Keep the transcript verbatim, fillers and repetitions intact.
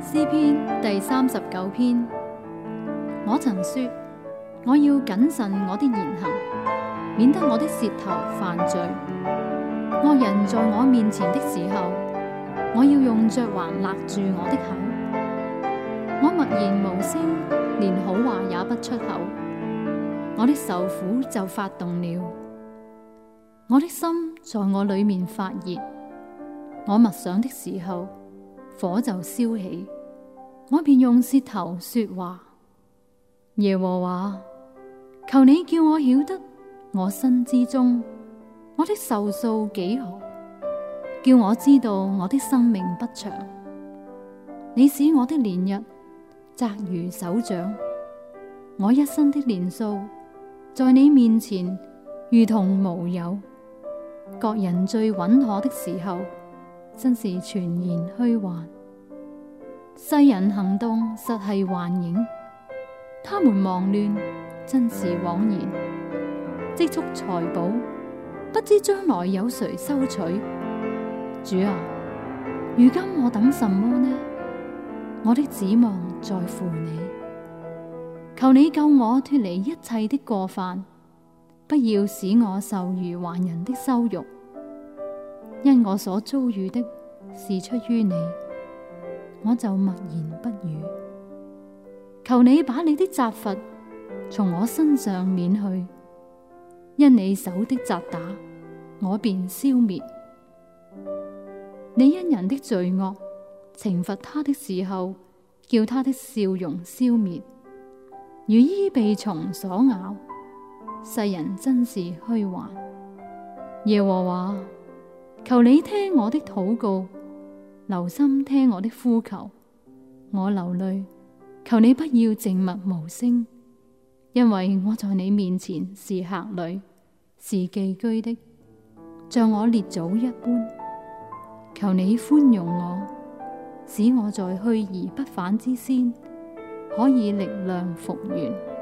詩篇第三十九篇。我曾說，我要謹慎我的言行，免得我的舌頭犯罪。惡人在我面前的時候，我要用嚼環勒住我的口。我默然無聲，連好話也不出口。我的愁苦就發動了，我的心在我裏面發熱。我默想的時候，火就燒起，我便用舌頭說話。耶和華，求你叫我曉得我身之終，我的壽數幾何，叫我知道我的生命不長。你使我的年日窄如手掌，我一生的年數在你面前如同無有。各人最穩妥的時候，真是全然虛幻。世人行動實係幻影，他們忙亂真是枉然。積蓄財寶，不知將來有誰收取。主啊，如今我等什麼呢？我的指望在乎你。求你救我脫離一切的過犯，不要使我受愚頑人的羞辱。因我所遭遇的是出於你，我就默然不語。求你把你的責罰從我身上免去，因你手的責打，我便消滅。你因人的罪惡懲罰他的時候，叫他的笑容消滅，如衣被蟲所咬。世人真是虛幻。耶和華，求你聽我的禱告，留心聽我的呼求。我流淚，求你不要靜默無聲，因為我在你面前是客旅，是寄居的，像我列祖一般。求你寬容我，使我在去而不返之先，可以力量復原。